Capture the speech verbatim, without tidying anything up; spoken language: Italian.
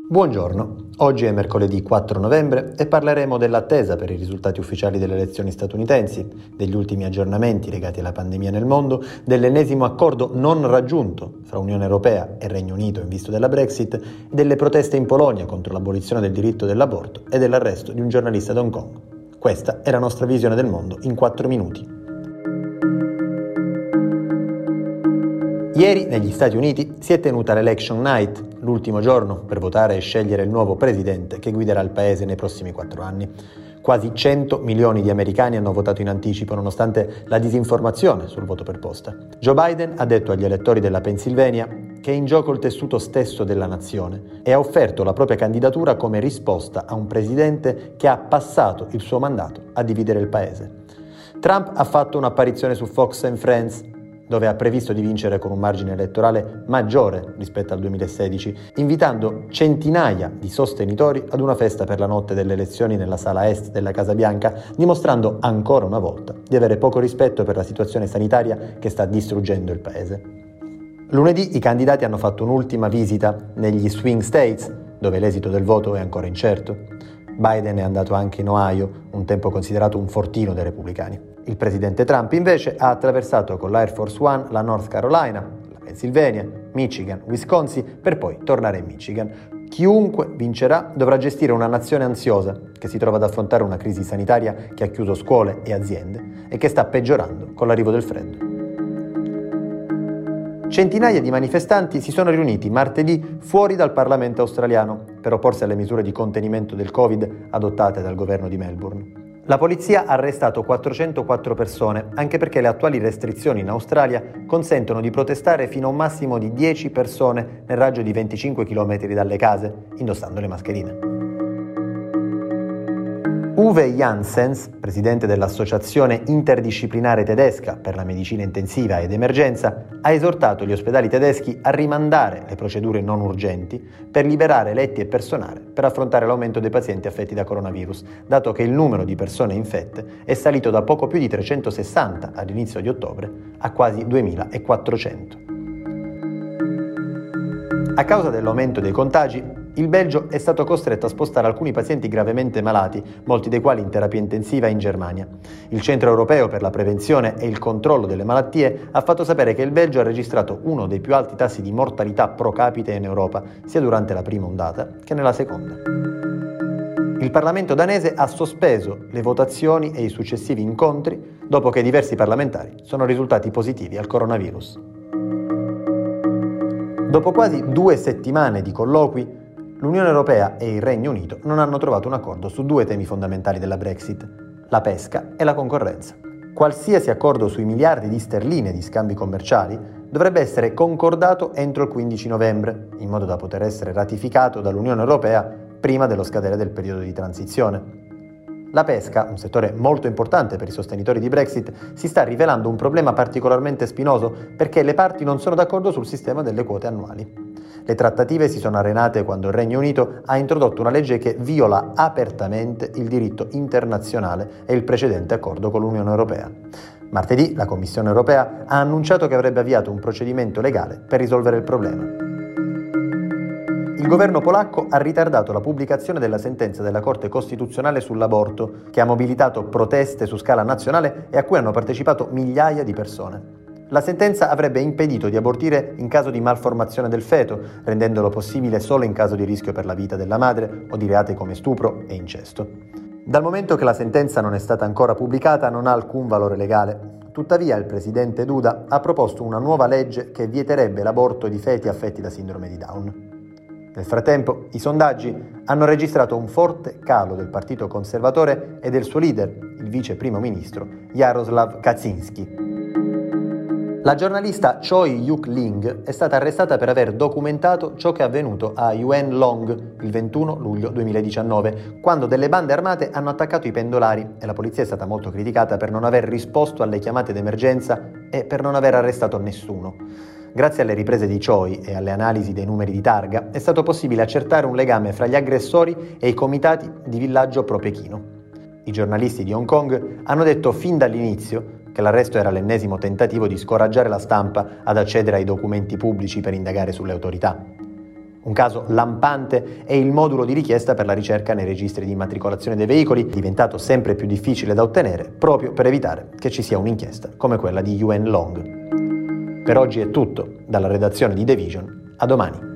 Buongiorno, oggi è mercoledì quattro novembre e parleremo dell'attesa per i risultati ufficiali delle elezioni statunitensi, degli ultimi aggiornamenti legati alla pandemia nel mondo, dell'ennesimo accordo non raggiunto fra Unione Europea e Regno Unito in vista della Brexit, delle proteste in Polonia contro l'abolizione del diritto dell'aborto e dell'arresto di un giornalista ad Hong Kong. Questa è la nostra visione del mondo in quattro minuti. Ieri negli Stati Uniti si è tenuta l'Election Night, l'ultimo giorno per votare e scegliere il nuovo presidente che guiderà il paese nei prossimi quattro anni. Quasi cento milioni di americani hanno votato in anticipo nonostante la disinformazione sul voto per posta. Joe Biden ha detto agli elettori della Pennsylvania che è in gioco il tessuto stesso della nazione e ha offerto la propria candidatura come risposta a un presidente che ha passato il suo mandato a dividere il paese. Trump ha fatto un'apparizione su Fox and Friends, dove ha previsto di vincere con un margine elettorale maggiore rispetto al duemilasedici, invitando centinaia di sostenitori ad una festa per la notte delle elezioni nella sala est della Casa Bianca, dimostrando ancora una volta di avere poco rispetto per la situazione sanitaria che sta distruggendo il paese. Lunedì i candidati hanno fatto un'ultima visita negli swing states, dove l'esito del voto è ancora incerto. Biden è andato anche in Ohio, un tempo considerato un fortino dei repubblicani. Il presidente Trump invece ha attraversato con l'Air Force One la North Carolina, la Pennsylvania, Michigan, Wisconsin, per poi tornare in Michigan. Chiunque vincerà dovrà gestire una nazione ansiosa che si trova ad affrontare una crisi sanitaria che ha chiuso scuole e aziende e che sta peggiorando con l'arrivo del freddo. Centinaia di manifestanti si sono riuniti martedì fuori dal Parlamento australiano per opporsi alle misure di contenimento del Covid adottate dal governo di Melbourne. La polizia ha arrestato quattrocentoquattro persone, anche perché le attuali restrizioni in Australia consentono di protestare fino a un massimo di dieci persone nel raggio di venticinque chilometri dalle case, indossando le mascherine. Uwe Janssens, presidente dell'Associazione Interdisciplinare Tedesca per la Medicina Intensiva ed Emergenza, ha esortato gli ospedali tedeschi a rimandare le procedure non urgenti per liberare letti e personale per affrontare l'aumento dei pazienti affetti da coronavirus, dato che il numero di persone infette è salito da poco più di trecentosessanta all'inizio di ottobre a quasi duemilaquattrocento. A causa dell'aumento dei contagi, il Belgio è stato costretto a spostare alcuni pazienti gravemente malati, molti dei quali in terapia intensiva in Germania. Il Centro Europeo per la Prevenzione e il Controllo delle Malattie ha fatto sapere che il Belgio ha registrato uno dei più alti tassi di mortalità pro capite in Europa, sia durante la prima ondata che nella seconda. Il Parlamento danese ha sospeso le votazioni e i successivi incontri dopo che diversi parlamentari sono risultati positivi al coronavirus. Dopo quasi due settimane di colloqui, l'Unione Europea e il Regno Unito non hanno trovato un accordo su due temi fondamentali della Brexit, la pesca e la concorrenza. Qualsiasi accordo sui miliardi di sterline di scambi commerciali dovrebbe essere concordato entro il quindici novembre, in modo da poter essere ratificato dall'Unione Europea prima dello scadere del periodo di transizione. La pesca, un settore molto importante per i sostenitori di Brexit, si sta rivelando un problema particolarmente spinoso perché le parti non sono d'accordo sul sistema delle quote annuali. Le trattative si sono arenate quando il Regno Unito ha introdotto una legge che viola apertamente il diritto internazionale e il precedente accordo con l'Unione Europea. Martedì la Commissione Europea ha annunciato che avrebbe avviato un procedimento legale per risolvere il problema. Il governo polacco ha ritardato la pubblicazione della sentenza della Corte Costituzionale sull'aborto, che ha mobilitato proteste su scala nazionale e a cui hanno partecipato migliaia di persone. La sentenza avrebbe impedito di abortire in caso di malformazione del feto, rendendolo possibile solo in caso di rischio per la vita della madre o di reati come stupro e incesto. Dal momento che la sentenza non è stata ancora pubblicata, non ha alcun valore legale. Tuttavia, il presidente Duda ha proposto una nuova legge che vieterebbe l'aborto di feti affetti da sindrome di Down. Nel frattempo, i sondaggi hanno registrato un forte calo del partito conservatore e del suo leader, il vice primo ministro Jaroslaw Kaczynski. La giornalista Choi Yuk-ling è stata arrestata per aver documentato ciò che è avvenuto a Yuen Long il ventuno luglio duemiladiciannove, quando delle bande armate hanno attaccato i pendolari e la polizia è stata molto criticata per non aver risposto alle chiamate d'emergenza e per non aver arrestato nessuno. Grazie alle riprese di Choi e alle analisi dei numeri di targa è stato possibile accertare un legame fra gli aggressori e i comitati di villaggio pro Pechino. I giornalisti di Hong Kong hanno detto fin dall'inizio che l'arresto era l'ennesimo tentativo di scoraggiare la stampa ad accedere ai documenti pubblici per indagare sulle autorità. Un caso lampante è il modulo di richiesta per la ricerca nei registri di immatricolazione dei veicoli, diventato sempre più difficile da ottenere proprio per evitare che ci sia un'inchiesta come quella di Yuen Long. Per oggi è tutto, dalla redazione di The Vision, a domani.